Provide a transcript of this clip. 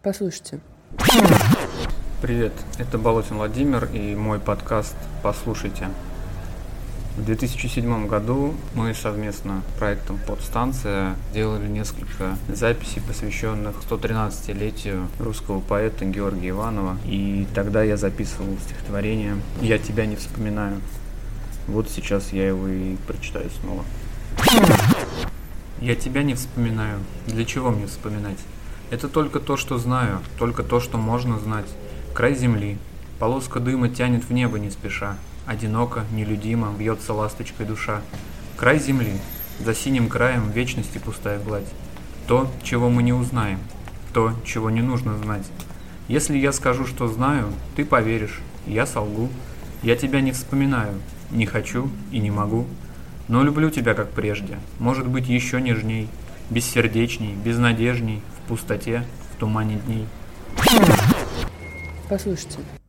Послушайте. Привет, это Болотин Владимир и мой подкаст «Послушайте». В 2007 году мы совместно с проектом «Подстанция» делали несколько записей, посвященных 113-летию русского поэта Георгия Иванова. И тогда я записывал стихотворение «Я тебя не вспоминаю». Вот сейчас я его и прочитаю снова. Я тебя не вспоминаю. Для чего мне вспоминать? Это только то, что знаю, только то, что можно знать. Край земли, полоска дыма тянет в небо не спеша. Одиноко, нелюдимо вьется ласточкой душа. Край земли, за синим краем вечности пустая гладь. То, чего мы не узнаем, то, чего не нужно знать. Если я скажу, что знаю, ты поверишь, я солгу. Я тебя не вспоминаю, не хочу и не могу. Но люблю тебя, как прежде, может быть, еще нежней, бессердечней, безнадежней, в пустоте, в тумане дней. Послушайте.